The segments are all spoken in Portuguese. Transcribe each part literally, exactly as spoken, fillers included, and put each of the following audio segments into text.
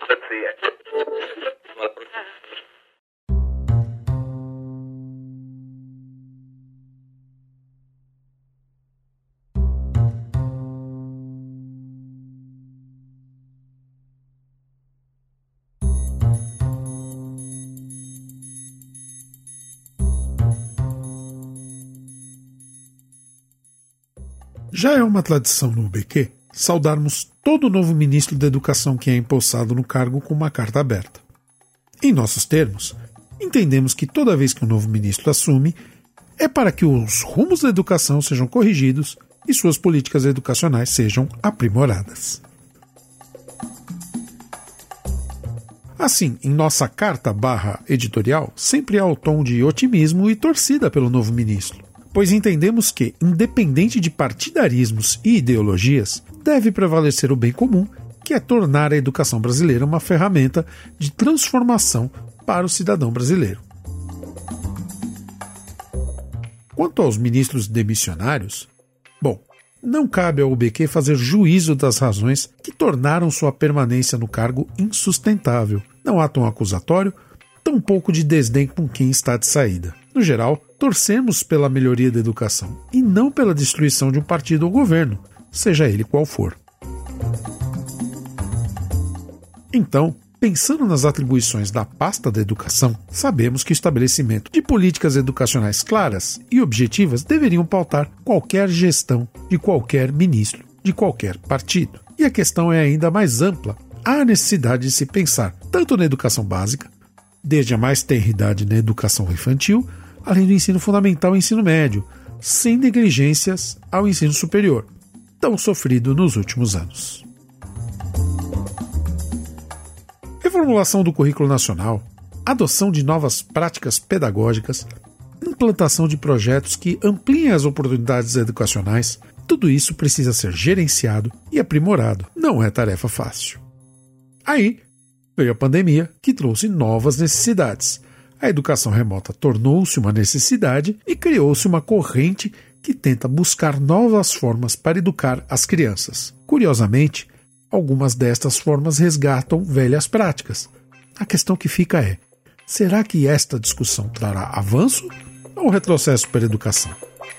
Já é uma tradição no U B Q saudarmos todo novo ministro da Educação que é empossado no cargo com uma carta aberta. Em nossos termos, entendemos que toda vez que um novo ministro assume, é para que os rumos da educação sejam corrigidos e suas políticas educacionais sejam aprimoradas. Assim, em nossa carta barra editorial, sempre há o tom de otimismo e torcida pelo novo ministro, pois entendemos que, independente de partidarismos e ideologias, deve prevalecer o bem comum, que é tornar a educação brasileira uma ferramenta de transformação para o cidadão brasileiro. Quanto aos ministros demissionários, bom, não cabe ao U B Q fazer juízo das razões que tornaram sua permanência no cargo insustentável. Não há tom acusatório, tampouco de desdém com quem está de saída. No geral, torcemos pela melhoria da educação e não pela destruição de um partido ou governo, seja ele qual for. Então, pensando nas atribuições da pasta da educação, sabemos que o estabelecimento de políticas educacionais claras e objetivas deveriam pautar qualquer gestão de qualquer ministro, de qualquer partido. E a questão é ainda mais ampla. Há necessidade de se pensar tanto na educação básica, desde a mais tenra idade na educação infantil, além do ensino fundamental e ensino médio, sem negligências ao ensino superior, tão sofrido nos últimos anos. Reformulação do currículo nacional, adoção de novas práticas pedagógicas, implantação de projetos que ampliem as oportunidades educacionais, tudo isso precisa ser gerenciado e aprimorado. Não é tarefa fácil. Aí veio a pandemia, que trouxe novas necessidades. A educação remota tornou-se uma necessidade e criou-se uma corrente que tenta buscar novas formas para educar as crianças. Curiosamente, algumas destas formas resgatam velhas práticas. A questão que fica é, será que esta discussão trará avanço ou retrocesso para a educação?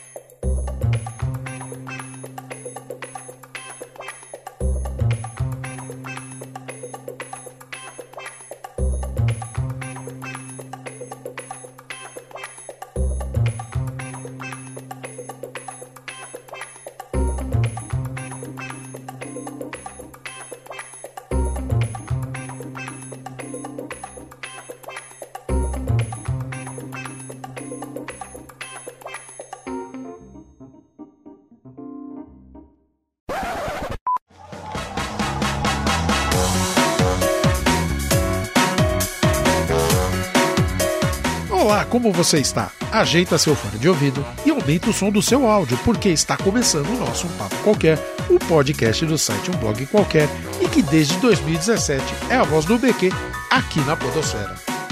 Olá, como você está? Ajeita seu fone de ouvido e aumenta o som do seu áudio, porque está começando o nosso Um Papo Qualquer, o podcast do site Um Blog Qualquer, e que desde dois mil e dezessete é a voz do U B Q aqui na podosfera.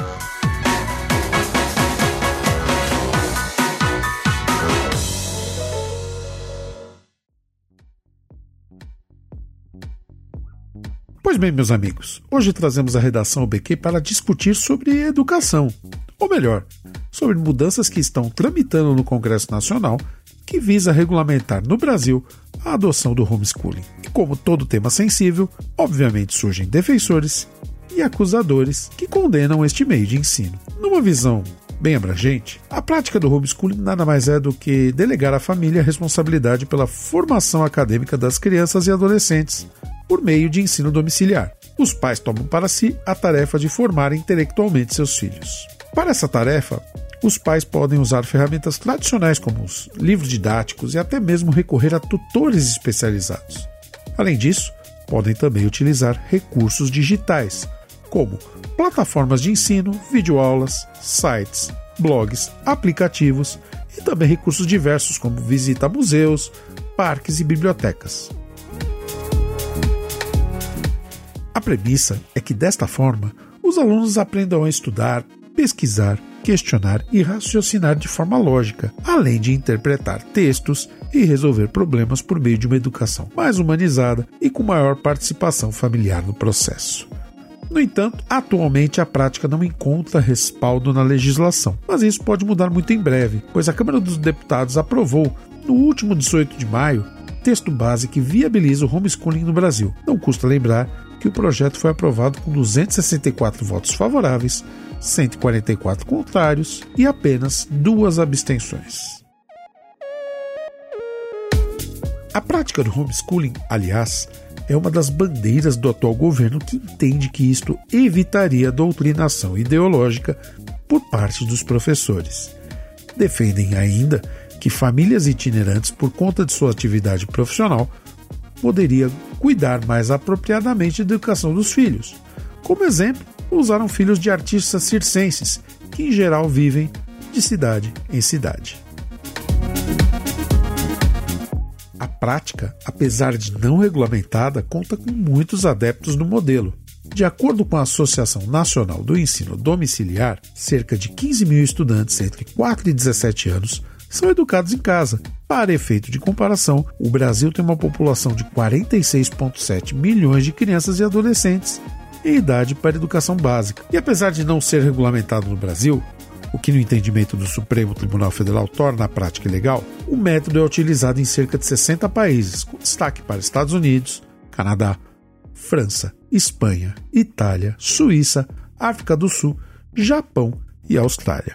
Pois bem, meus amigos, hoje trazemos a redação U B Q para discutir sobre educação. Ou melhor, sobre mudanças que estão tramitando no Congresso Nacional que visa regulamentar no Brasil a adoção do homeschooling. E como todo tema sensível, obviamente surgem defensores e acusadores que condenam este meio de ensino. Numa visão bem abrangente, a prática do homeschooling nada mais é do que delegar à família a responsabilidade pela formação acadêmica das crianças e adolescentes por meio de ensino domiciliar. Os pais tomam para si a tarefa de formar intelectualmente seus filhos. Para essa tarefa, os pais podem usar ferramentas tradicionais como os livros didáticos e até mesmo recorrer a tutores especializados. Além disso, podem também utilizar recursos digitais, como plataformas de ensino, videoaulas, sites, blogs, aplicativos e também recursos diversos como visita a museus, parques e bibliotecas. A premissa é que, desta forma, os alunos aprendam a estudar, pesquisar, questionar e raciocinar de forma lógica, além de interpretar textos e resolver problemas por meio de uma educação mais humanizada e com maior participação familiar no processo. No entanto, atualmente a prática não encontra respaldo na legislação, mas isso pode mudar muito em breve, pois a Câmara dos Deputados aprovou, no último dezoito de maio, texto base que viabiliza o homeschooling no Brasil. Não custa lembrar que o projeto foi aprovado com duzentos e sessenta e quatro votos favoráveis, cento e quarenta e quatro contrários e apenas duas abstenções. A prática do homeschooling, aliás, é uma das bandeiras do atual governo, que entende que isto evitaria a doutrinação ideológica por parte dos professores. Defendem ainda que famílias itinerantes, por conta de sua atividade profissional, poderiam cuidar mais apropriadamente da educação dos filhos. Como exemplo, usaram filhos de artistas circenses, que em geral vivem de cidade em cidade. A prática, apesar de não regulamentada, conta com muitos adeptos no modelo. De acordo com a Associação Nacional do Ensino Domiciliar, cerca de quinze mil estudantes entre quatro e dezessete anos são educados em casa. Para efeito de comparação, o Brasil tem uma população de quarenta e seis vírgula sete milhões de crianças e adolescentes em idade para educação básica. E apesar de não ser regulamentado no Brasil, o que no entendimento do Supremo Tribunal Federal torna a prática ilegal, o método é utilizado em cerca de sessenta países, com destaque para Estados Unidos, Canadá, França, Espanha, Itália, Suíça, África do Sul, Japão e Austrália.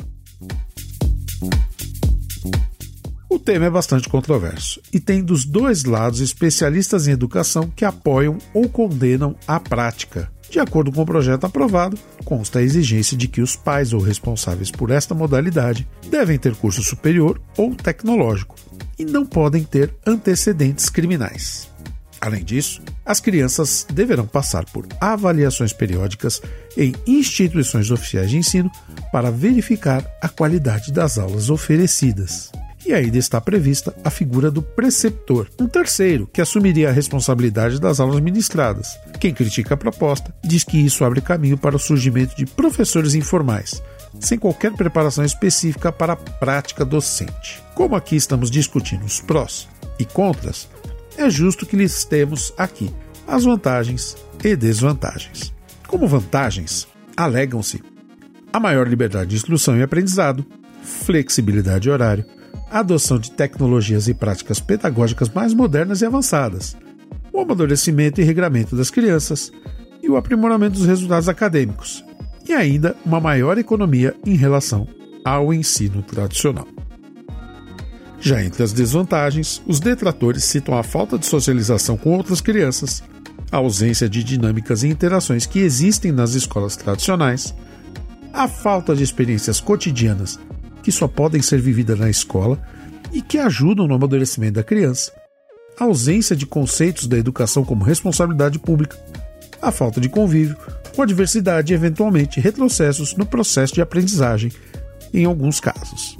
O tema é bastante controverso e tem dos dois lados especialistas em educação que apoiam ou condenam a prática. De acordo com o projeto aprovado, consta a exigência de que os pais ou responsáveis por esta modalidade devem ter curso superior ou tecnológico e não podem ter antecedentes criminais. Além disso, as crianças deverão passar por avaliações periódicas em instituições oficiais de ensino para verificar a qualidade das aulas oferecidas. E ainda está prevista a figura do preceptor, um terceiro que assumiria a responsabilidade das aulas ministradas. Quem critica a proposta diz que isso abre caminho para o surgimento de professores informais, sem qualquer preparação específica para a prática docente. Como aqui estamos discutindo os prós e contras, é justo que listemos aqui as vantagens e desvantagens. Como vantagens, alegam-se a maior liberdade de instrução e aprendizado, flexibilidade de horário, a adoção de tecnologias e práticas pedagógicas mais modernas e avançadas, o amadurecimento e regramento das crianças e o aprimoramento dos resultados acadêmicos, e ainda uma maior economia em relação ao ensino tradicional. Já entre as desvantagens, os detratores citam a falta de socialização com outras crianças, a ausência de dinâmicas e interações que existem nas escolas tradicionais, a falta de experiências cotidianas que só podem ser vividas na escola e que ajudam no amadurecimento da criança, a ausência de conceitos da educação como responsabilidade pública, a falta de convívio com a diversidade e, eventualmente, retrocessos no processo de aprendizagem, em alguns casos.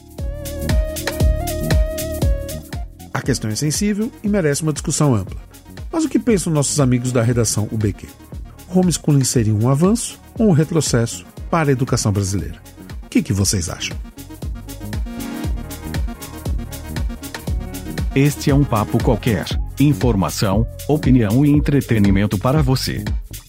A questão é sensível e merece uma discussão ampla. Mas o que pensam nossos amigos da redação U B Q? O homeschooling seria um avanço ou um retrocesso para a educação brasileira? O que, que vocês acham? Este é um papo qualquer. Informação, opinião e entretenimento para você.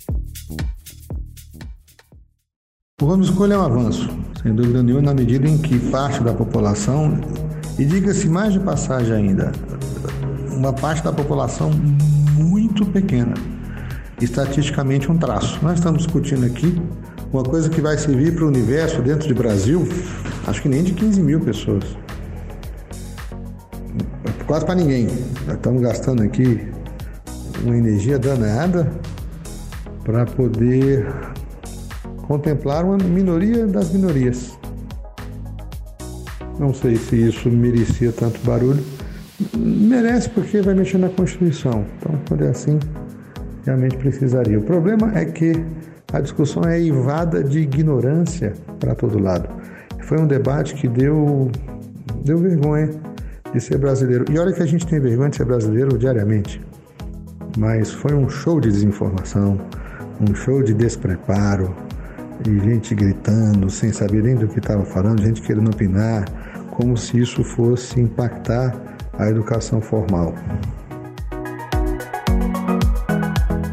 O homeschooling é um avanço, sem dúvida nenhuma, na medida em que parte da população, e diga-se mais de passagem ainda, uma parte da população muito pequena, estatisticamente um traço. Nós estamos discutindo aqui uma coisa que vai servir para o universo dentro do Brasil, acho que nem de quinze mil pessoas. Quase para ninguém. Nós estamos gastando aqui uma energia danada para poder contemplar uma minoria das minorias. Não sei se isso merecia tanto barulho. Merece, porque vai mexer na Constituição. Então, quando é assim, realmente precisaria. O problema é que a discussão é eivada de ignorância para todo lado. Foi um debate que deu, deu vergonha de ser brasileiro. E olha que a gente tem vergonha de ser brasileiro diariamente. Mas foi um show de desinformação, um show de despreparo, e gente gritando, sem saber nem do que estava falando, gente querendo opinar, como se isso fosse impactar a educação formal.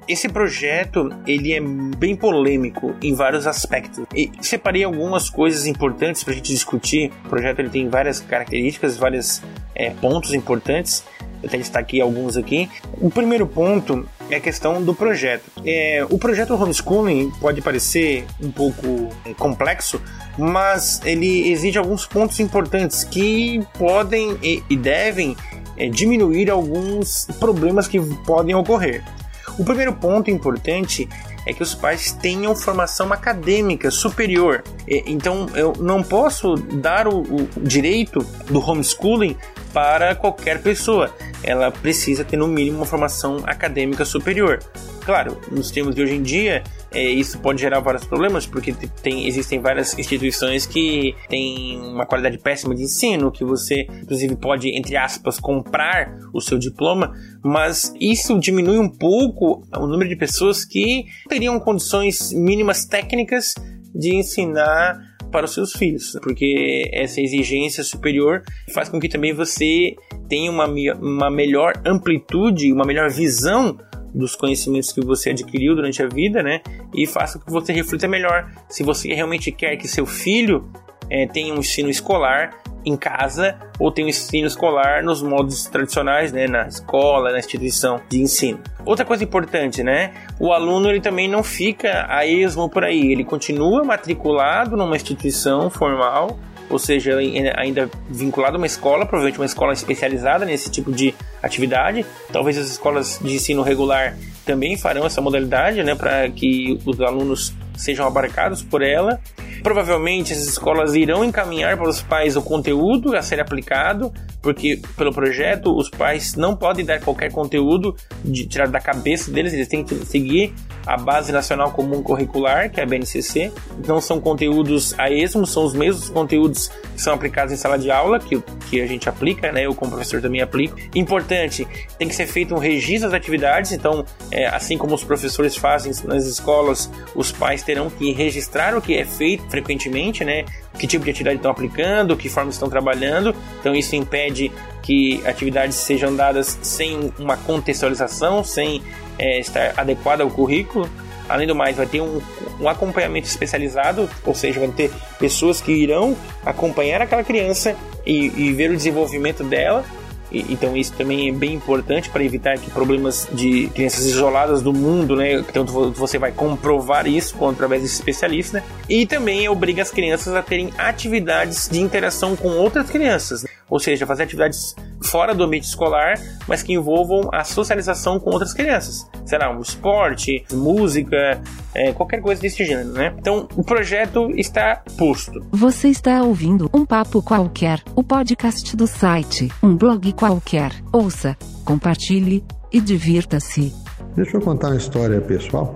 esse projeto, ele é bem polêmico em vários aspectos. E separei algumas coisas importantes para a gente discutir. O projeto ele tem várias características, vários é, pontos importantes. Eu até destaquei alguns aqui. O primeiro ponto é a questão do projeto. É, o projeto homeschooling pode parecer um pouco é, complexo, mas ele exige alguns pontos importantes que podem e, e devem é, diminuir alguns problemas que podem ocorrer. O primeiro ponto importante é que os pais tenham formação acadêmica superior. Então, eu não posso dar o, o direito do homeschooling para qualquer pessoa. Ela precisa ter, no mínimo, uma formação acadêmica superior. Claro, nos termos de hoje em dia, é, isso pode gerar vários problemas, porque tem, existem várias instituições que têm uma qualidade péssima de ensino, que você, inclusive, pode, entre aspas, comprar o seu diploma, mas isso diminui um pouco o número de pessoas que teriam condições mínimas técnicas de ensinar para os seus filhos, porque essa exigência superior faz com que também você tenha uma, uma melhor amplitude, uma melhor visão dos conhecimentos que você adquiriu durante a vida, né? E faça com que você reflita melhor se você realmente quer que seu filho é, tenha um ensino escolar em casa ou tenha um ensino escolar nos modos tradicionais, né? Na escola, na instituição de ensino. Outra coisa importante, né? O aluno ele também não fica a esmo por aí, ele continua matriculado numa instituição formal, ou seja, ainda vinculado a uma escola, provavelmente uma escola especializada nesse tipo de atividade. Talvez as escolas de ensino regular também farão essa modalidade, né, para que os alunos sejam abarcados por ela. Provavelmente essas escolas irão encaminhar para os pais o conteúdo a ser aplicado, porque pelo projeto os pais não podem dar qualquer conteúdo de tirar da cabeça deles, eles têm que seguir a Base Nacional Comum Curricular, que é a B N C C. Não são conteúdos a esmo, são os mesmos conteúdos que são aplicados em sala de aula, que, que a gente aplica, né? Eu como professor também aplico. Importante, tem que ser feito um registro das atividades, então é, assim como os professores fazem nas escolas, os pais terão que registrar o que é feito frequentemente, né? Que tipo de atividade estão aplicando, que forma estão trabalhando. Então isso impede que atividades sejam dadas sem uma contextualização, sem é, estar adequada ao currículo. Além do mais, vai ter um, um acompanhamento especializado, ou seja, vai ter pessoas que irão acompanhar aquela criança e, e ver o desenvolvimento dela. E, então isso também é bem importante para evitar que problemas de crianças isoladas do mundo, né? Então você vai comprovar isso através desse especialista, né? E também obriga as crianças a terem atividades de interação com outras crianças, né? Ou seja, fazer atividades fora do ambiente escolar, mas que envolvam a socialização com outras crianças. Será um esporte, música, é, qualquer coisa desse gênero, né? Então, o projeto está posto. Você está ouvindo Um Papo Qualquer, o podcast do site Um Blog Qualquer. Ouça, compartilhe e divirta-se. Deixa eu contar uma história pessoal.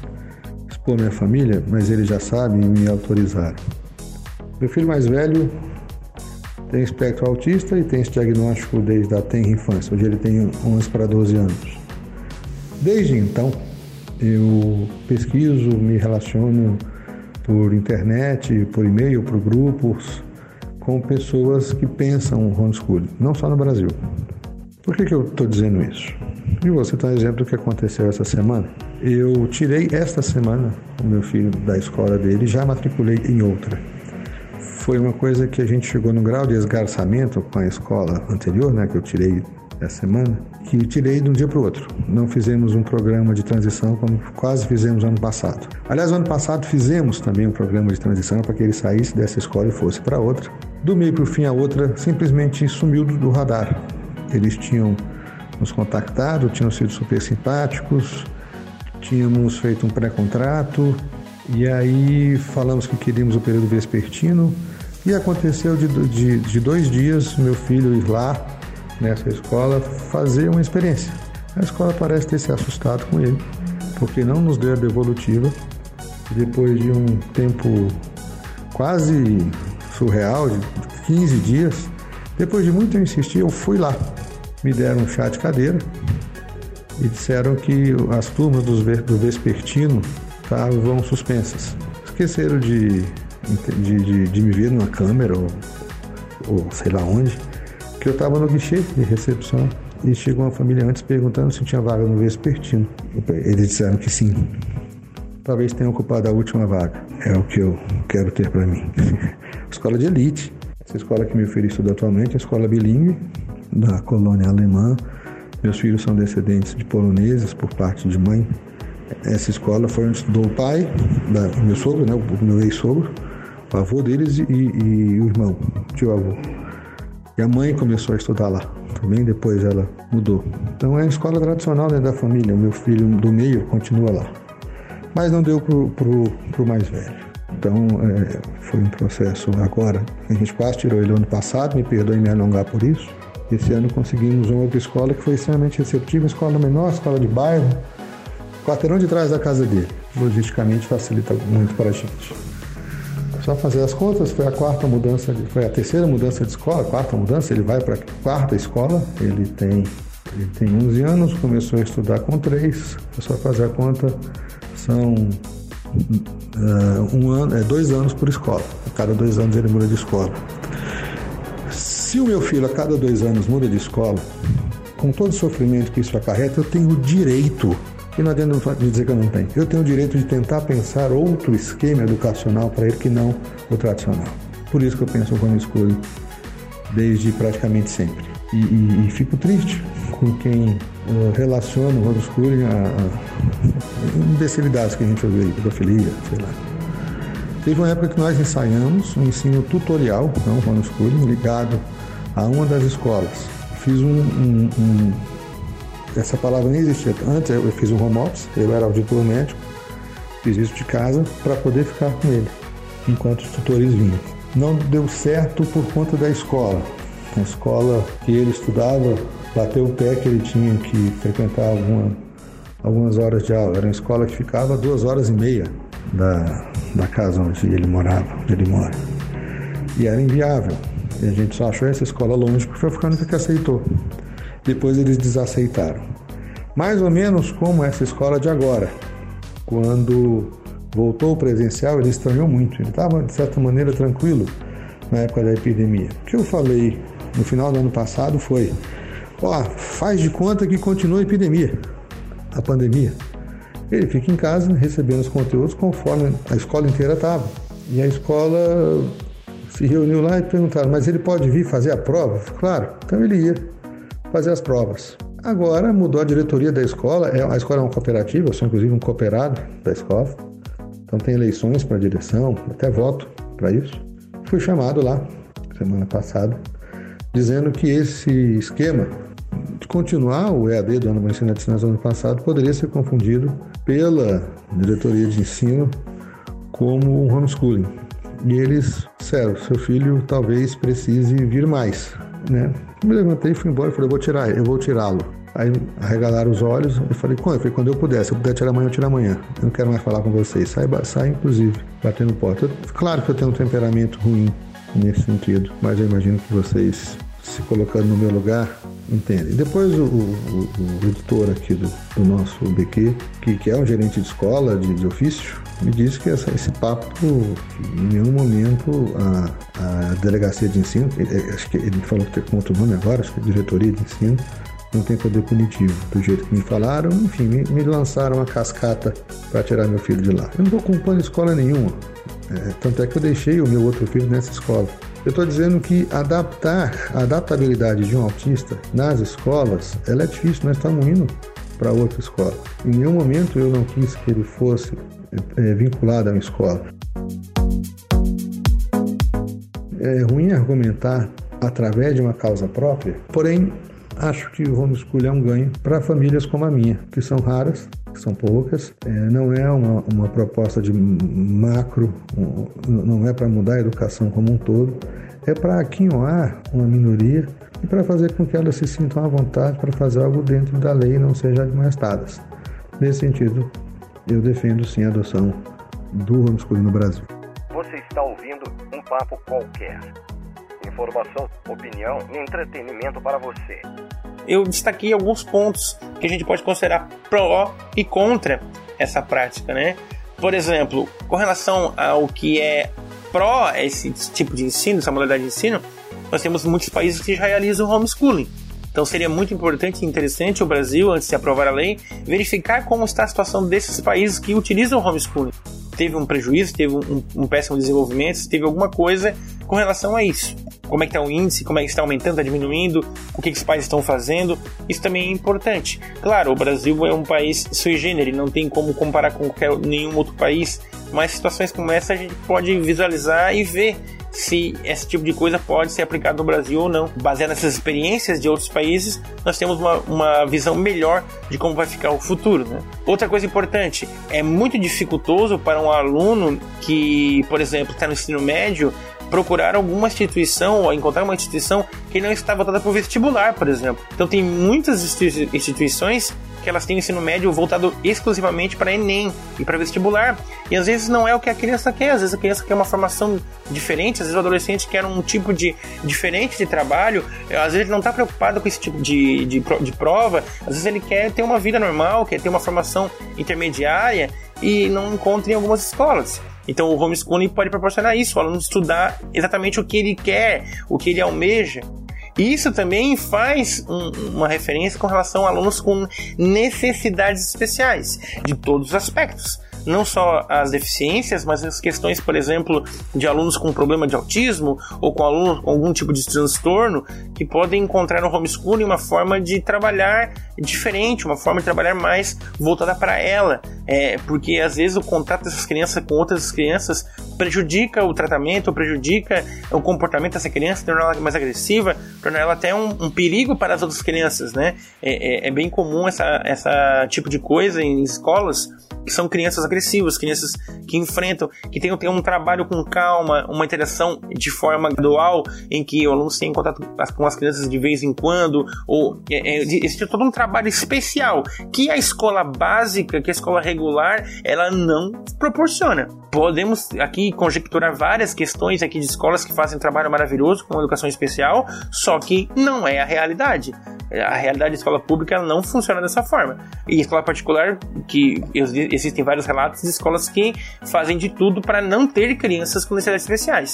Expor minha família, mas eles já sabem e me autorizaram. Meu filho mais velho tem espectro autista e tem esse diagnóstico desde a tenra infância. Hoje ele tem onze para doze anos. Desde então, eu pesquiso, me relaciono por internet, por e-mail, por grupos, com pessoas que pensam homeschooling, não só no Brasil. Por que que eu estou dizendo isso? E vou citar um exemplo do que aconteceu essa semana. Eu tirei esta semana o meu filho da escola dele e já matriculei em outra. Foi uma coisa que a gente chegou no grau de esgarçamento com a escola anterior, né, que eu tirei essa semana, que eu tirei de um dia para o outro. Não fizemos um programa de transição como quase fizemos ano passado. Aliás, ano passado fizemos também um programa de transição para que ele saísse dessa escola e fosse para outra. Do meio para o fim, a outra simplesmente sumiu do radar. Eles tinham nos contactado, tinham sido super simpáticos, tínhamos feito um pré-contrato, e aí falamos que queríamos o período vespertino, e aconteceu de, de, de dois dias meu filho ir lá nessa escola fazer uma experiência. A escola parece ter se assustado com ele, porque não nos deu a devolutiva. Depois de um tempo quase surreal, de quinze dias, depois de muito eu insistir, eu fui lá. Me deram um chá de cadeira e disseram que as turmas do vespertino estavam suspensas. Esqueceram de, de, de, de me ver numa câmera ou, ou sei lá onde, que eu estava no guichê de recepção E chegou uma família antes perguntando se tinha vaga no vespertino. Eles disseram que sim. Talvez tenha ocupado a última vaga. É o que eu quero ter para mim. Escola de elite. Essa escola que meu filho estuda atualmente é a escola bilíngue da colônia alemã. Meus filhos são descendentes de poloneses por parte de mãe. Essa escola foi onde estudou o pai, da, o meu sogro, né, o meu ex-sogro, o avô deles e, e, e o irmão, o tio-avô. E a mãe começou a estudar lá. Também depois ela mudou. Então é a escola tradicional dentro da família. O meu filho do meio continua lá. Mas não deu pro, pro, pro mais velho. Então é, foi um processo agora. A gente quase tirou ele ano passado, me perdoe me alongar por isso. Esse ano conseguimos uma outra escola que foi extremamente receptiva, escola menor, escola de bairro, quarteirão de trás da casa dele. Logisticamente facilita muito para a gente. Só fazer as contas, foi a quarta mudança, de, foi a terceira mudança de escola, a quarta mudança, ele vai para a quarta escola, ele tem, ele tem onze anos, começou a estudar com três, é só fazer a conta, são uh, um ano, é dois anos por escola, a cada dois anos ele muda de escola. Se o meu filho a cada dois anos muda de escola, com todo o sofrimento que isso acarreta, eu tenho o direito, e não adianta me dizer que eu não tenho, eu tenho o direito de tentar pensar outro esquema educacional para ele que não o tradicional. Por isso que eu penso no homeschooling desde praticamente sempre. E, e, e fico triste com quem uh, relaciona o homeschooling a, a imbecilidades que a gente ouviu aí, pedofilia, sei lá. Teve uma época que nós ensaiamos um ensino tutorial, não homeschooling, ligado a uma das escolas. Fiz um, um, um essa palavra nem existia. Antes eu fiz um home office, eu era auditor médico, fiz isso de casa para poder ficar com ele, enquanto os tutores vinham. Não deu certo por conta da escola. A escola que ele estudava bateu o pé que ele tinha que frequentar alguma, algumas horas de aula. Era uma escola que ficava duas horas e meia da, da casa onde ele morava, onde ele mora. E era inviável. E a gente só achou essa escola longe porque foi a única que aceitou. Depois eles desaceitaram. Mais ou menos como essa escola de agora. Quando voltou o presencial, ele estranhou muito. Ele estava, de certa maneira, tranquilo na época da epidemia. O que eu falei no final do ano passado foi: ó, faz de conta que continua a epidemia, a pandemia. Ele fica em casa recebendo os conteúdos conforme a escola inteira estava. E a escola se reuniu lá e perguntaram: mas ele pode vir fazer a prova? Claro, então ele ia fazer as provas. Agora mudou a diretoria da escola, a escola é uma cooperativa, eu sou inclusive um cooperado da escola, então tem eleições para a direção, até voto para isso. Fui chamado lá, semana passada, dizendo que esse esquema de continuar o E A D do ano ensino à distância do ano passado poderia ser confundido pela diretoria de ensino como um homeschooling. E eles disseram: seu filho talvez precise vir mais, né? Me levantei e fui embora e falei: eu vou tirar, eu vou tirá-lo. Aí arregalaram os olhos e falei: quando? Eu falei: quando eu puder, se eu puder tirar amanhã, eu tiro amanhã. Eu não quero mais falar com vocês. Sai, sai inclusive, batendo porta. Eu, claro que eu tenho um temperamento ruim nesse sentido, mas eu imagino que vocês, se colocando no meu lugar, entendem. Depois o, o, o editor aqui do, do nosso B Q, que, que é um gerente de escola, de, de ofício, me disse que essa, esse papo, em nenhum momento a, a delegacia de ensino, acho que ele falou que tem outro nome agora, acho que é diretoria de ensino, não tem poder punitivo. Do jeito que me falaram, enfim, me, me lançaram uma cascata para tirar meu filho de lá. Eu não estou culpando escola nenhuma, é, tanto é que eu deixei o meu outro filho nessa escola. Eu estou dizendo que adaptar, a adaptabilidade de um autista nas escolas, ela é difícil. Nós estamos indo para outra escola. Em nenhum momento eu não quis que ele fosse é, vinculado a uma escola. É ruim argumentar através de uma causa própria, porém acho que o homeschooling é um ganho para famílias como a minha, que são raras, que são poucas. É, não é uma, uma proposta de macro, um, não é para mudar a educação como um todo, é para aquinhoar uma minoria e para fazer com que elas se sintam à vontade para fazer algo dentro da lei e não sejam admoestadas. Nesse sentido, eu defendo sim a adoção do homeschooling no Brasil. Você está ouvindo um papo qualquer. Informação, opinião e entretenimento para você. Eu destaquei alguns pontos que a gente pode considerar pró e contra essa prática, né? Por exemplo, com relação ao que é pró esse tipo de ensino, essa modalidade de ensino, nós temos muitos países que já realizam homeschooling. Então seria muito importante e interessante o Brasil, antes de aprovar a lei, verificar como está a situação desses países que utilizam o homeschooling. Teve um prejuízo, teve um, um péssimo desenvolvimento, se teve alguma coisa com relação a isso. Como é que está o índice, como é que está aumentando, está diminuindo, o que, que os pais estão fazendo, isso também é importante. Claro, o Brasil é um país sui generis, não tem como comparar com qualquer, nenhum outro país, mas situações como essa a gente pode visualizar e ver se esse tipo de coisa pode ser aplicado no Brasil ou não. Baseado nessas experiências de outros países, nós temos uma, uma visão melhor de como vai ficar o futuro, né? Outra coisa importante, é muito dificultoso para um aluno que, por exemplo, está no ensino médio, procurar alguma instituição ou encontrar uma instituição que não está voltada para o vestibular, por exemplo. Então tem muitas institui- instituições que elas têm o ensino médio voltado exclusivamente para Enem e para vestibular, e às vezes não é o que a criança quer, às vezes a criança quer uma formação diferente, às vezes o adolescente quer um tipo de diferente de trabalho, às vezes ele não está preocupado com esse tipo de, de, de prova, às vezes ele quer ter uma vida normal, quer ter uma formação intermediária e não encontra em algumas escolas. Então o homeschooling pode proporcionar isso, o aluno estudar exatamente o que ele quer, o que ele almeja. E isso também faz um, uma referência com relação a alunos com necessidades especiais, de todos os aspectos. Não só as deficiências, mas as questões, por exemplo, de alunos com problema de autismo ou com alunos com algum tipo de transtorno, que podem encontrar no homeschooling uma forma de trabalhar diferente, uma forma de trabalhar mais voltada para ela, é, porque às vezes o contato dessas crianças com outras crianças prejudica o tratamento, prejudica o comportamento dessa criança, torna ela mais agressiva, torna ela até um, um perigo para as outras crianças, né? É, é, é bem comum essa, essa tipo de coisa em escolas, que são crianças agressivas, crianças que enfrentam, que tenham, tenham um trabalho com calma, uma interação de forma gradual, em que o aluno tem contato com as crianças de vez em quando, ou é, é, existe todo um trabalho especial que a escola básica, que a escola regular, ela não proporciona. Podemos aqui conjecturar várias questões aqui de escolas que fazem um trabalho maravilhoso com educação especial, só que não é a realidade. A realidade da escola pública ela não funciona dessa forma. E escola particular, que existem vários relatos de escolas que fazem de tudo para não ter crianças com necessidades especiais.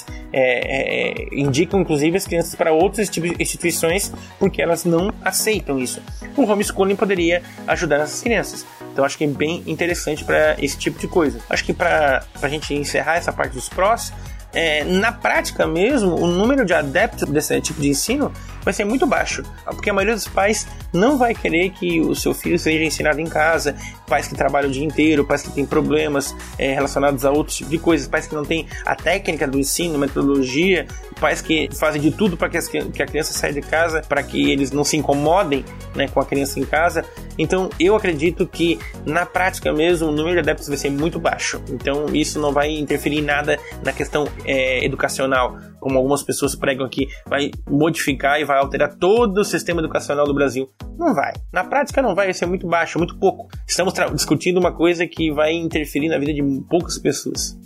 É, é, indicam, inclusive, as crianças para outras instituições porque elas não aceitam isso. O homeschooling poderia ajudar essas crianças. Então, acho que é bem interessante para esse tipo de coisa. Acho que para a gente encerrar essa parte dos prós, É, na prática mesmo, o número de adeptos desse tipo de ensino vai ser muito baixo, porque a maioria dos pais não vai querer que o seu filho seja ensinado em casa, pais que trabalham o dia inteiro, pais que têm problemas é, relacionados a outros tipos de coisas, pais que não têm a técnica do ensino, metodologia, pais que fazem de tudo para que, que a criança saia de casa, para que eles não se incomodem, né, com a criança em casa. Então eu acredito que na prática mesmo o número de adeptos vai ser muito baixo, então isso não vai interferir em nada na questão É, educacional, como algumas pessoas pregam aqui, vai modificar e vai alterar todo o sistema educacional do Brasil. Não vai. Na prática não vai, vai ser muito baixo, muito pouco. Estamos tra- discutindo uma coisa que vai interferir na vida de poucas pessoas.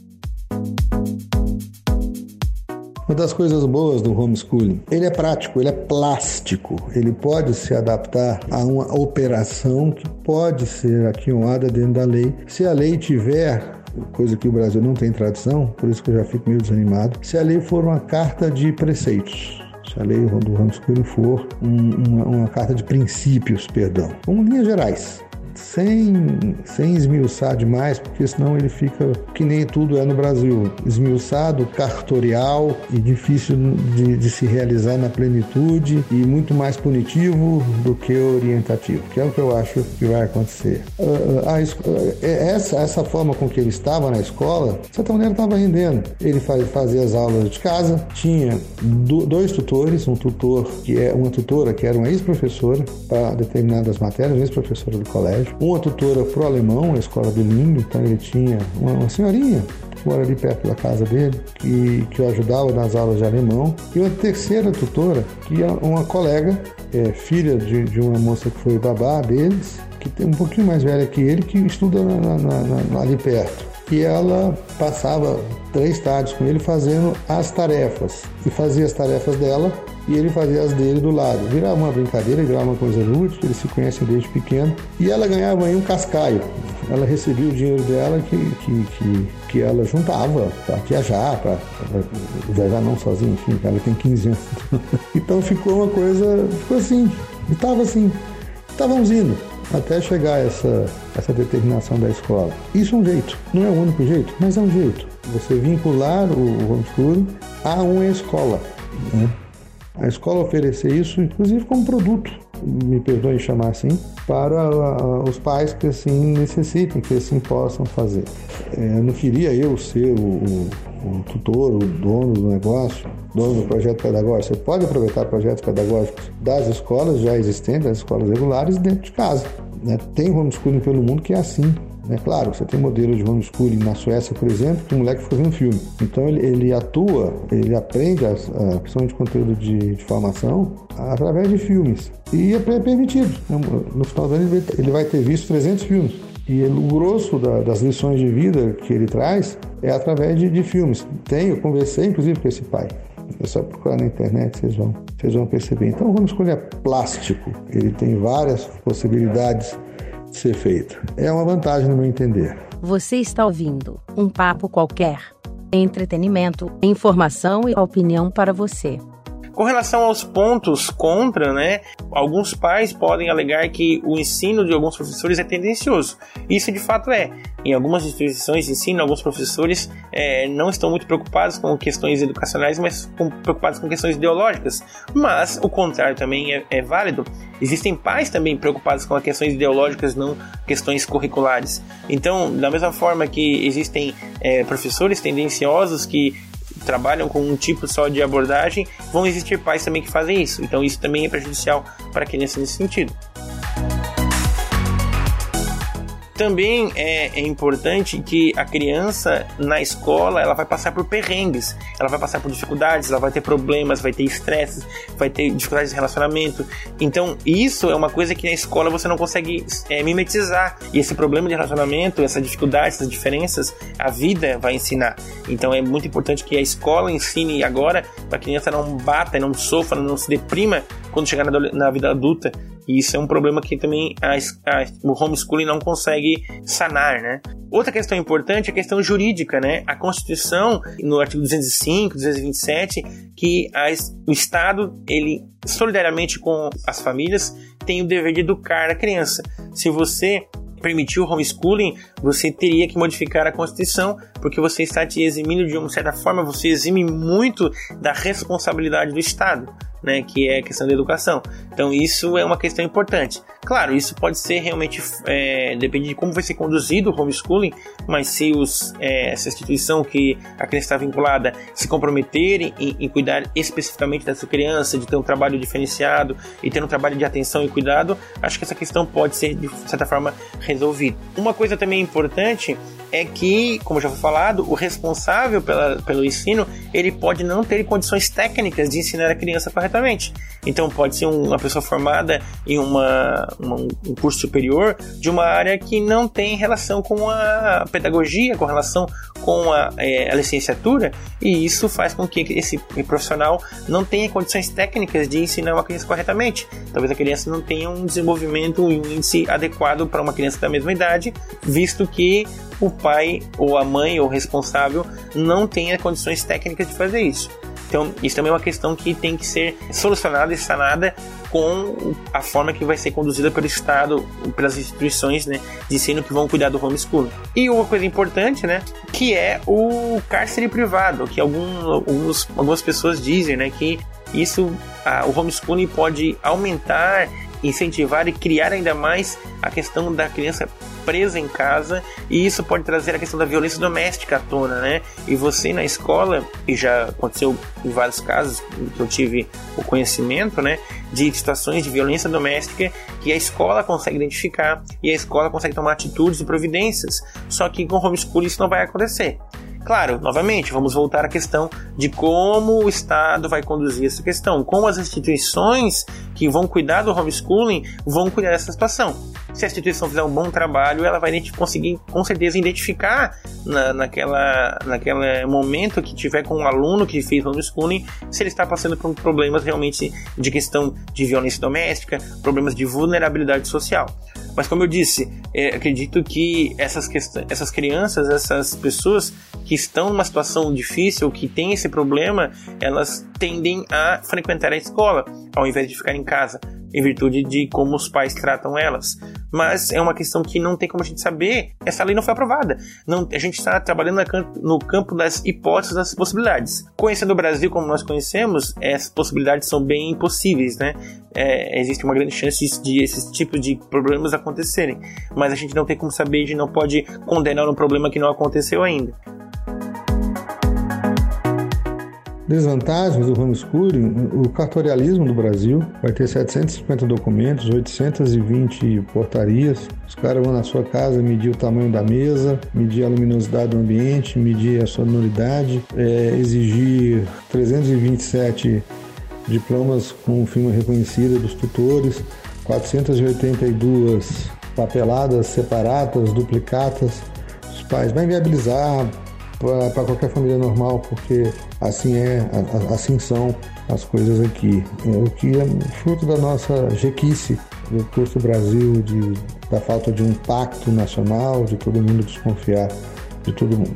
Uma das coisas boas do homeschooling, ele é prático, ele é plástico, ele pode se adaptar a uma operação que pode ser aquinhoada dentro da lei, se a lei tiver, coisa que o Brasil não tem tradição, por isso que eu já fico meio desanimado, se a lei for uma carta de preceitos, se a lei do homeschooling for um, uma, uma carta de princípios, perdão, com linhas gerais, sem, sem esmiuçar demais, porque senão ele fica, que nem tudo é no Brasil, esmiuçado, cartorial e difícil de, de se realizar na plenitude e muito mais punitivo do que orientativo, que é o que eu acho que vai acontecer. Uh, a, essa, essa forma com que ele estava na escola, de certa maneira estava rendendo. Ele faz, fazia as aulas de casa, tinha do, dois tutores, um tutor que é uma tutora que era uma ex-professora para determinadas matérias, uma ex-professora do colégio, uma tutora pro alemão, a escola bilíngue, então ele tinha uma, uma senhorinha que mora ali perto da casa dele, que, que o ajudava nas aulas de alemão, e uma terceira tutora, que é uma colega, é, filha de, de uma moça que foi babá deles, que tem um pouquinho mais velha que ele, que estuda na, na, na, ali perto. E ela passava três tardes com ele fazendo as tarefas, e fazia as tarefas dela, e ele fazia as dele do lado. Virava uma brincadeira, virava uma coisa lúdica, eles se conhecem desde pequeno. E ela ganhava aí um cascaio. Ela recebia o dinheiro dela que, que, que, que ela juntava para viajar, para viajar não sozinha, enfim, ela tem quinze anos. Então ficou uma coisa, ficou assim, E estava assim, estávamos indo até chegar essa, essa determinação da escola. Isso é um jeito, não é o único jeito, mas é um jeito. Você vincular o, o homeschooling a uma escola, né? A escola oferecer isso, inclusive como produto, me perdoem chamar assim, para uh, os pais que assim necessitem, que assim possam fazer. É, eu não queria eu ser o, o, o tutor, o dono do negócio, dono do projeto pedagógico. Você pode aproveitar projetos pedagógicos das escolas já existentes, das escolas regulares, dentro de casa, né? Tem homeschooling pelo mundo que é assim. É claro, você tem modelo de homeschooling na Suécia, por exemplo, que o moleque fica vendo filme. Então ele, ele atua, ele aprende a, a questão de conteúdo de, de formação através de filmes. E é permitido. No final do ano ele vai, ele vai ter visto trezentos filmes. E ele, o grosso da, das lições de vida que ele traz é através de, de filmes. Tem, eu conversei inclusive com esse pai. É só procurar na internet, vocês vão, vocês vão perceber. Então o homeschooling é plástico. Ele tem várias possibilidades ser feito. É uma vantagem no meu entender. Você está ouvindo um papo qualquer. Entretenimento, informação e opinião para você. Com relação aos pontos contra, né, alguns pais podem alegar que o ensino de alguns professores é tendencioso. Isso de fato é. Em algumas instituições de ensino, alguns professores é, não estão muito preocupados com questões educacionais, mas com, preocupados com questões ideológicas. Mas o contrário também é, é válido. Existem pais também preocupados com questões ideológicas, não questões curriculares. Então, da mesma forma que existem é, professores tendenciosos que trabalham com um tipo só de abordagem, vão existir pais também que fazem isso. Então isso também é prejudicial para a criança nesse sentido. Também é, é importante que a criança na escola ela vai passar por perrengues, ela vai passar por dificuldades, ela vai ter problemas, vai ter estresse, vai ter dificuldades de relacionamento. Então isso é uma coisa que na escola você não consegue é, mimetizar. E esse problema de relacionamento, essa dificuldade, essas diferenças, a vida vai ensinar. Então é muito importante que a escola ensine agora para a criança não bata, não sofra, não se deprima quando chegar na, na vida adulta. E isso é um problema que também a, a, o homeschooling não consegue sanar, né? Outra questão importante é a questão jurídica, né? A Constituição, no artigo duzentos e cinco, duzentos e vinte e sete, que a, o Estado, ele, solidariamente com as famílias, tem o dever de educar a criança. Se você permitir o homeschooling, você teria que modificar a Constituição, porque você está te eximindo de uma certa forma, você exime muito da responsabilidade do Estado, né, que é a questão da educação. Então isso é uma questão importante. Claro, isso pode ser realmente, é, depende de como vai ser conduzido o homeschooling, mas se os, é, essa instituição que a criança está vinculada se comprometerem em, em cuidar especificamente dessa criança, de ter um trabalho diferenciado e ter um trabalho de atenção e cuidado, acho que essa questão pode ser de certa forma resolvida. Uma coisa também importante é que, como já foi falado, o responsável pela, pelo ensino, ele pode não ter condições técnicas de ensinar a criança corretamente. Então pode ser um, uma pessoa formada em uma, uma, um curso superior de uma área que não tem relação com a pedagogia, com relação com a, é, a licenciatura, e isso faz com que esse profissional não tenha condições técnicas de ensinar uma criança corretamente. Talvez a criança não tenha um desenvolvimento e um índice adequado para uma criança da mesma idade, visto que o pai ou a mãe ou o responsável não tenha condições técnicas de fazer isso. Então, isso também é uma questão que tem que ser solucionada e sanada com a forma que vai ser conduzida pelo Estado, pelas instituições, né, de ensino que vão cuidar do homeschooling. E uma coisa importante, né, que é o cárcere privado, que algum, alguns, algumas pessoas dizem, né, que isso, a, o homeschooling pode aumentar, incentivar e criar ainda mais a questão da criança presa em casa, e isso pode trazer a questão da violência doméstica à tona, né? E você na escola, e já aconteceu em vários casos que eu tive o conhecimento, né, de situações de violência doméstica que a escola consegue identificar e a escola consegue tomar atitudes e providências, só que com homeschooling isso não vai acontecer. Claro, novamente, vamos voltar à questão de como o Estado vai conduzir essa questão, como as instituições que vão cuidar do homeschooling vão cuidar dessa situação. Se a instituição fizer um bom trabalho, ela vai conseguir, com certeza, identificar na, naquela, naquele momento que tiver com um aluno que fez homeschooling, se ele está passando por problemas realmente de questão de violência doméstica, problemas de vulnerabilidade social. Mas como eu disse, é, acredito que essas, questões, essas crianças, essas pessoas que estão numa situação difícil, que têm esse problema, elas tendem a frequentar a escola, ao invés de ficar em casa. em virtude de como os pais tratam elas. Mas é uma questão que não tem como a gente saber. Essa lei não foi aprovada. Não, a gente está trabalhando no campo das hipóteses, das possibilidades. Conhecendo o Brasil como nós conhecemos, essas possibilidades são bem impossíveis, né? É, existe uma grande chance de esses tipos de problemas acontecerem. Mas a gente não tem como saber, a gente não pode condenar um problema que não aconteceu ainda. Desvantagens do homeschooling: o cartorialismo do Brasil vai ter setecentos e cinquenta documentos, oitocentas e vinte portarias. Os caras vão na sua casa medir o tamanho da mesa, medir a luminosidade do ambiente, medir a sonoridade, é, exigir trezentos e vinte e sete diplomas com firma reconhecida dos tutores, quatrocentas e oitenta e duas papeladas separadas, duplicatas. Os pais vão inviabilizar para qualquer família normal, porque assim é, assim são as coisas aqui. O que é fruto da nossa jequice, do custo do Brasil, de, da falta de um pacto nacional, de todo mundo desconfiar de todo mundo.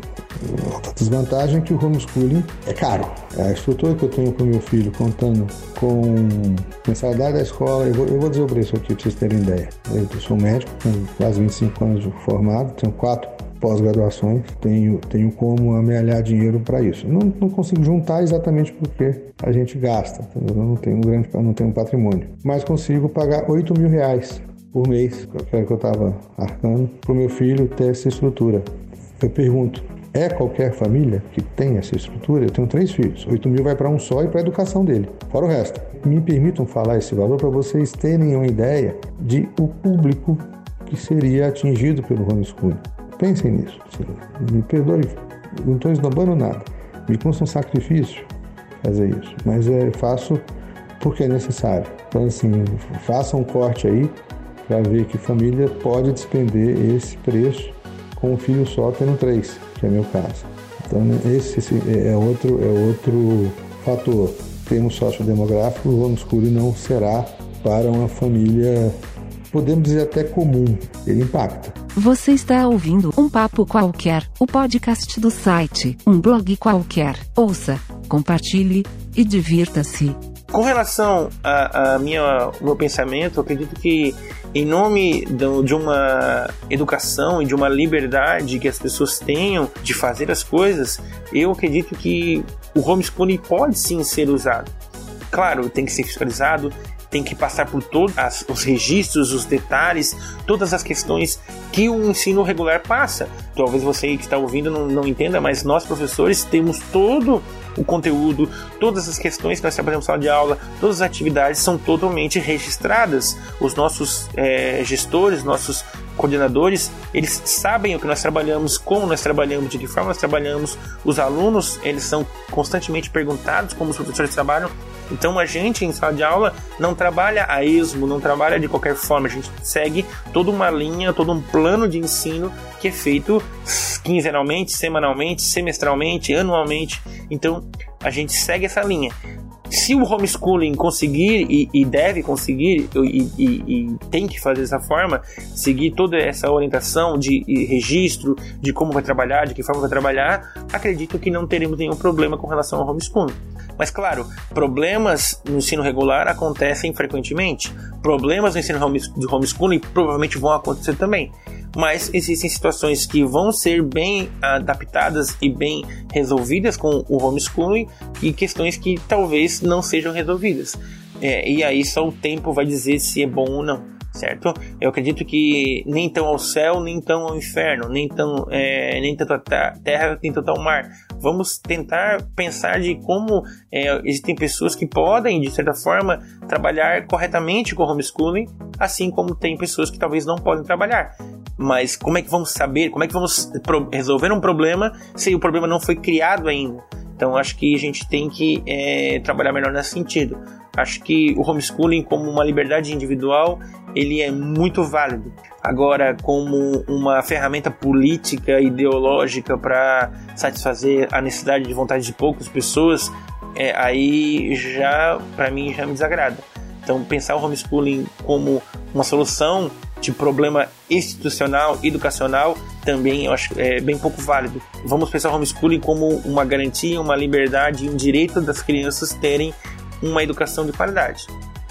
A desvantagem é que o homeschooling é caro. A estrutura que eu tenho para o meu filho, contando com mensalidade da escola, eu vou, eu vou dizer o preço aqui para vocês terem ideia. Eu sou médico, tenho quase vinte e cinco anos de formado, tenho quatro pós-graduações, tenho, tenho como amealhar dinheiro para isso. Não, não consigo juntar exatamente porque a gente gasta, entendeu? Eu não tenho um grande, não tenho um patrimônio, mas consigo pagar oito mil reais por mês, que era o que eu estava arcando, para o meu filho ter essa estrutura. Eu pergunto, é qualquer família que tem essa estrutura? Eu tenho três filhos, oito mil vai para um só e para a educação dele, fora o resto. Me permitam falar esse valor para vocês terem uma ideia de o público que seria atingido pelo homeschooling. Pensem nisso. Me perdoe, não estou esnobando nada. Me custa um sacrifício fazer isso, mas é, faço porque é necessário. Então, assim, faça um corte aí para ver que família pode despender esse preço com um filho só tendo três, que é meu caso. Então, esse, esse é, outro, é outro fator. Termos sociodemográfico, o homeschooling não será para uma família, podemos dizer até comum, ele impacta. Você está ouvindo Um Papo Qualquer, o podcast do site Um Blog Qualquer. Ouça, compartilhe e divirta-se. Com relação a, a minha, ao meu pensamento, eu acredito que em nome do, de uma educação e de uma liberdade que as pessoas tenham de fazer as coisas, eu acredito que o homeschooling pode sim ser usado. Claro, tem que ser fiscalizado, tem que passar por todos as, os registros, os detalhes, todas as questões que o ensino regular passa. Talvez você que está ouvindo não, não entenda, mas nós professores temos todo o conteúdo, todas as questões que nós trabalhamos em sala de aula, todas as atividades são totalmente registradas. Os nossos é, gestores, nossos coordenadores, eles sabem o que nós trabalhamos, como nós trabalhamos, de que forma nós trabalhamos. Os alunos, eles são constantemente perguntados como os professores trabalham. Então a gente em sala de aula não trabalha a esmo, não trabalha de qualquer forma, a gente segue toda uma linha, todo um plano de ensino que é feito quinzenalmente, semanalmente, semestralmente, anualmente. Então a gente segue essa linha. Se o homeschooling conseguir e, e deve conseguir e, e, e tem que fazer dessa forma, seguir toda essa orientação de registro, de como vai trabalhar, de que forma vai trabalhar, acredito que não teremos nenhum problema com relação ao homeschooling. Mas claro, problemas no ensino regular acontecem frequentemente, problemas no ensino de homeschooling provavelmente vão acontecer também. Mas existem situações que vão ser bem adaptadas e bem resolvidas com o homeschooling e questões que talvez não sejam resolvidas. É, e aí só o tempo vai dizer se é bom ou não, certo? Eu acredito que nem tão ao céu, nem tão ao inferno, nem, tão, é, nem tanto a terra, nem tanto ao mar. Vamos tentar pensar de como é, existem pessoas que podem, de certa forma, trabalhar corretamente com o homeschooling, assim como tem pessoas que talvez não podem trabalhar. Mas como é que vamos saber, como é que vamos resolver um problema se o problema não foi criado ainda? Então acho que a gente tem que é, trabalhar melhor nesse sentido. Acho que o homeschooling como uma liberdade individual, ele é muito válido. Agora, como uma ferramenta política, ideológica para satisfazer a necessidade de vontade de poucas pessoas, é, aí já, para mim, já me desagrada. Então pensar o homeschooling como uma solução de problema institucional, educacional, também eu acho é bem pouco válido. Vamos pensar o homeschooling como uma garantia, uma liberdade e um direito das crianças terem uma educação de qualidade.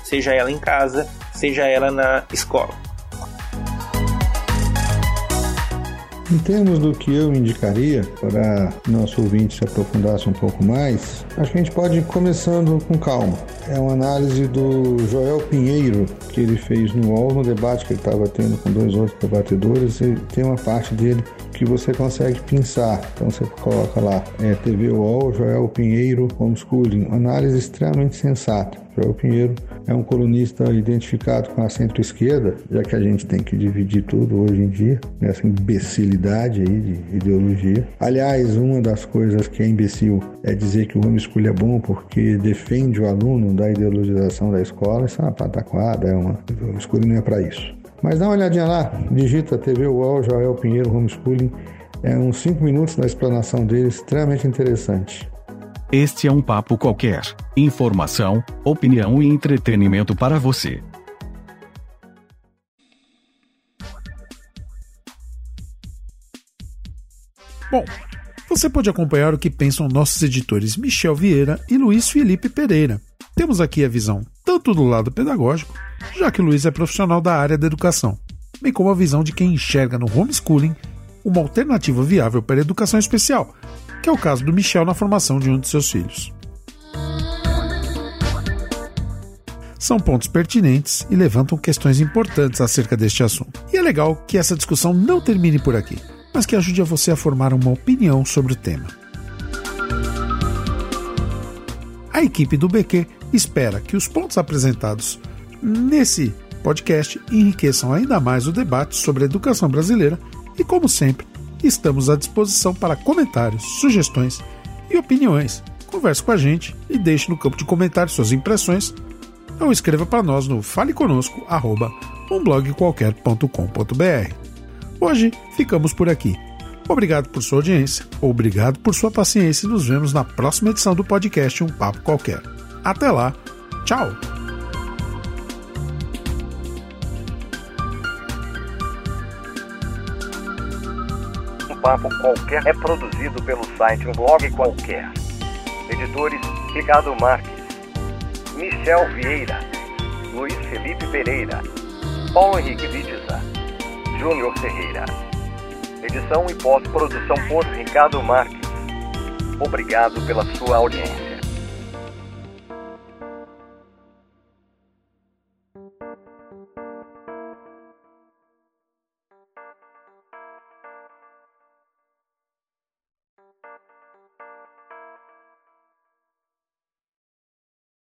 seja ela em casa, seja ela na escola. Em termos do que eu indicaria para nosso ouvinte se aprofundasse um pouco mais, acho que a gente pode ir começando com calma. É uma análise do Joel Pinheiro, que ele fez no U O L, no debate que ele estava tendo com dois outros debatedores, e tem uma parte dele que você consegue pensar. Então você coloca lá, é, T V U O L, Joel Pinheiro, Homeschooling, análise extremamente sensata. Joel Pinheiro é um colunista identificado com a centro-esquerda, já que a gente tem que dividir tudo hoje em dia, nessa imbecilidade aí de ideologia. Aliás, uma das coisas que é imbecil é dizer que o homeschooling é bom porque defende o aluno da ideologização da escola. Isso é uma pataquada, é uma... o homeschooling não é para isso. Mas dá uma olhadinha lá, digita T V U O L, Joel Pinheiro, Homeschooling. É uns cinco minutos da explanação dele, extremamente interessante. Este é um papo qualquer. Informação, opinião e entretenimento para você. Bom, você pode acompanhar o que pensam nossos editores Michel Vieira e Luiz Felipe Pereira. Temos aqui a visão tanto do lado pedagógico, já que Luiz é profissional da área da educação, bem como a visão de quem enxerga no homeschooling uma alternativa viável para a educação especial, que é o caso do Michel na formação de um de seus filhos. São pontos pertinentes e levantam questões importantes acerca deste assunto. E é legal que essa discussão não termine por aqui, mas que ajude a você a formar uma opinião sobre o tema. A equipe do B Q espera que os pontos apresentados nesse podcast enriqueçam ainda mais o debate sobre a educação brasileira e, como sempre, estamos à disposição para comentários, sugestões e opiniões. Converse com a gente e deixe no campo de comentários suas impressões ou escreva para nós no faleconosco arroba um blog qualquer ponto com ponto b r. Hoje ficamos por aqui. Obrigado por sua audiência, obrigado por sua paciência e nos vemos na próxima edição do podcast Um Papo Qualquer. Até lá, tchau! Um Papo Qualquer é produzido pelo site Um Blog Qualquer. Editores Ricardo Marques, Michel Vieira, Luiz Felipe Pereira, Paulo Henrique Vitisa, Júnior Ferreira. Edição e pós-produção por Ricardo Marques. Obrigado pela sua audiência.